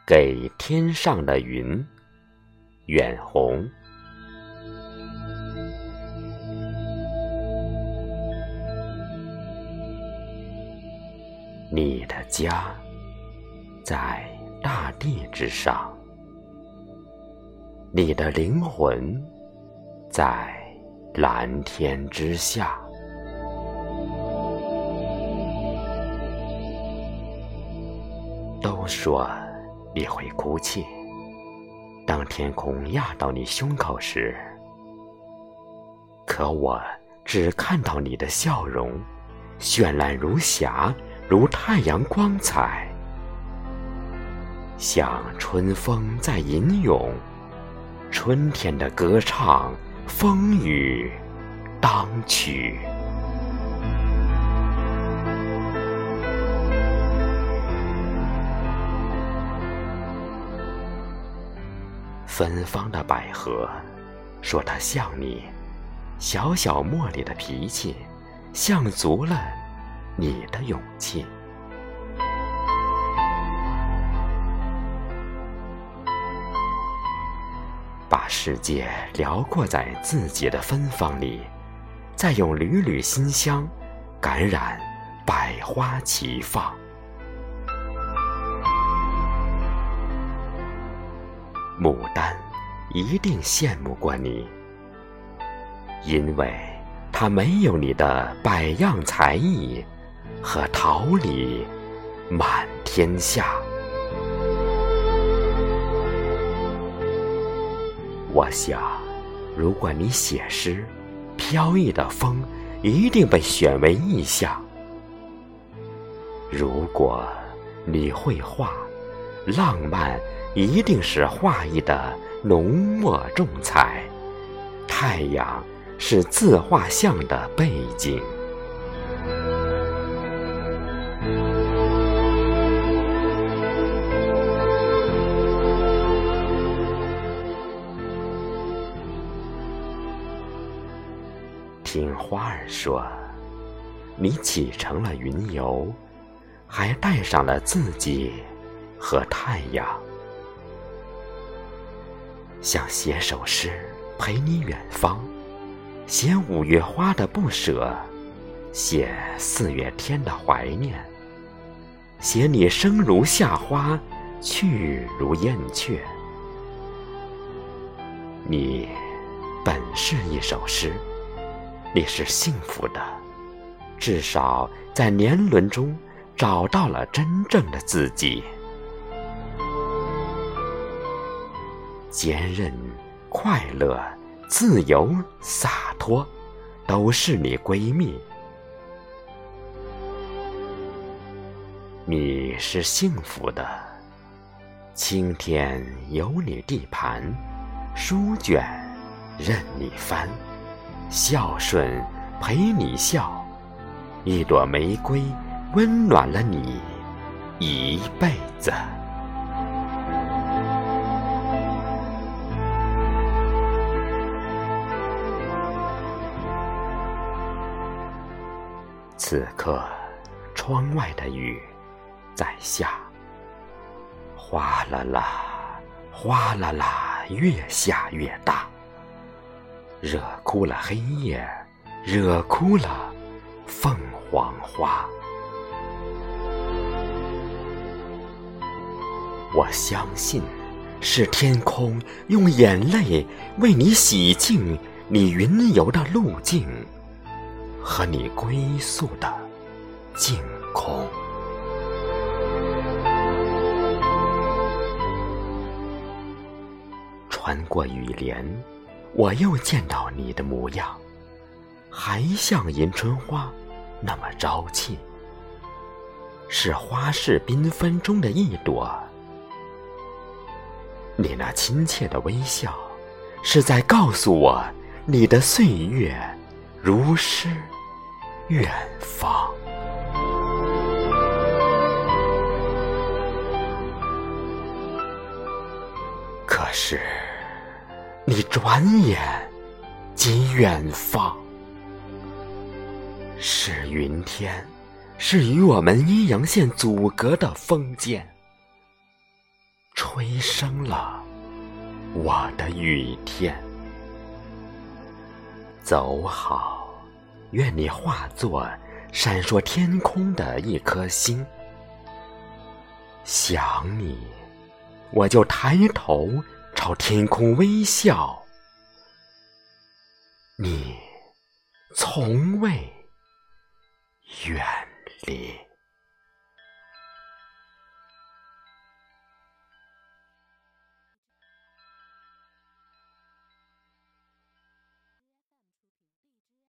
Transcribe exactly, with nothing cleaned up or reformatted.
给天上的云，远红。你的家在大地之上，你的灵魂在蓝天之下。都说你会哭泣，当天空压到你胸口时，可我只看到你的笑容，绚烂如霞，如太阳光彩，像春风在吟咏，春天的歌唱，风雨当曲。芬芳的百合说它像你，小小茉莉的脾气像足了你的勇气。把世界辽阔在自己的芬芳里，再用缕缕馨香感染百花齐放。牡丹一定羡慕过你，因为它没有你的百样才艺和桃李满天下。我想，如果你写诗，飘逸的风一定被选为意象；如果你会画，浪漫一定是画意的浓墨重彩，太阳是自画像的背景。听花儿说，你启程了云游，还带上了自己和太阳。想写首诗陪你远方，写五月花的不舍，写四月天的怀念，写你生如夏花，去如燕雀。你本是一首诗，你是幸福的，至少在年轮中找到了真正的自己。坚韧、快乐、自由、洒脱，都是你闺蜜。你是幸福的，青天有你地盘，书卷任你翻，孝顺陪你笑，一朵玫瑰温暖了你一辈子。此刻，窗外的雨在下，哗啦啦，哗啦啦，越下越大，惹哭了黑夜，惹哭了凤凰花。我相信，是天空用眼泪为你洗净你云游的路径和你归宿的净空。穿过雨帘，我又见到你的模样，还像迎春花那么朝气，是花市缤纷中的一朵。你那亲切的微笑，是在告诉我，你的岁月如诗远方。可是，你转眼即远方。是云天，是与我们阴阳线阻隔的峰间。 吹生了我的雨天。走好，愿你化作闪烁天空的一颗星。想你，我就抬头朝天空微笑，你从未远离。